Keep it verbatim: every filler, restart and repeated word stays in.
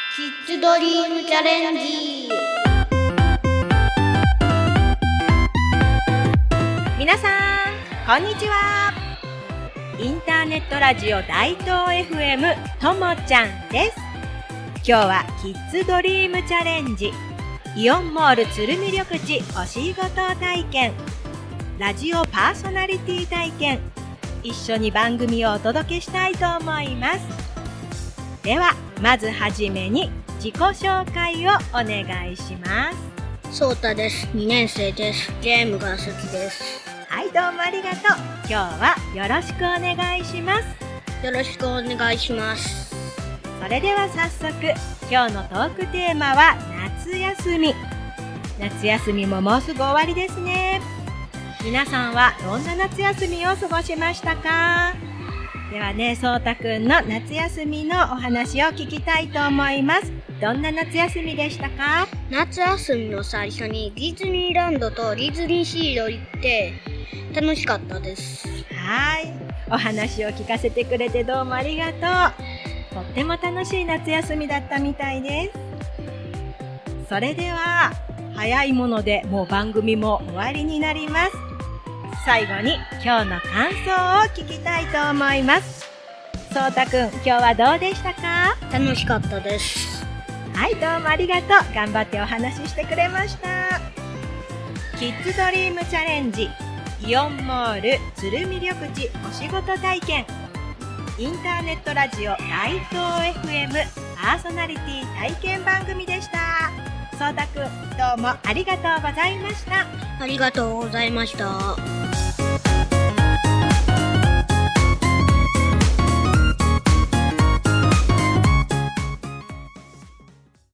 キッズドリームチャレンジ。 皆さんこんにちは。インターネットラジオ大東 エフエム ともちゃんです。今日はキッズドリームチャレンジイオンモール鶴見緑地お仕事体験ラジオパーソナリティ体験、一緒に番組をお届けしたいと思います。ではまずはじめに自己紹介をお願いします。 そうたです。にねん生です。ゲームが好きです。 はい、どうもありがとう。今日はよろしくお願いします。 よろしくお願いします。 それでは早速、今日のトークテーマは夏休み。夏休みももうすぐ終わりですね。皆さんはどんな夏休みを過ごしましたか？ではね、そうたくんの夏休みのお話を聞きたいと思います。どんな夏休みでしたか？ 夏休みの最初にディズニーランドとディズニーシード行って楽しかったです。 はい、お話を聞かせてくれてどうもありがとう。とっても楽しい夏休みだったみたいです。それでは早いものでもう番組も終わりになります。最後に今日の感想を聞きたいと思います。そうたくん、今日はどうでしたか？ 楽しかったです。 はい、どうもありがとう。頑張ってお話ししてくれました。キッズドリームチャレンジイオンモール鶴見緑地お仕事体験、インターネットラジオ大東 エフエム パーソナリティ体験番組でした。そうたくん、どうもありがとうございました。 ありがとうございました。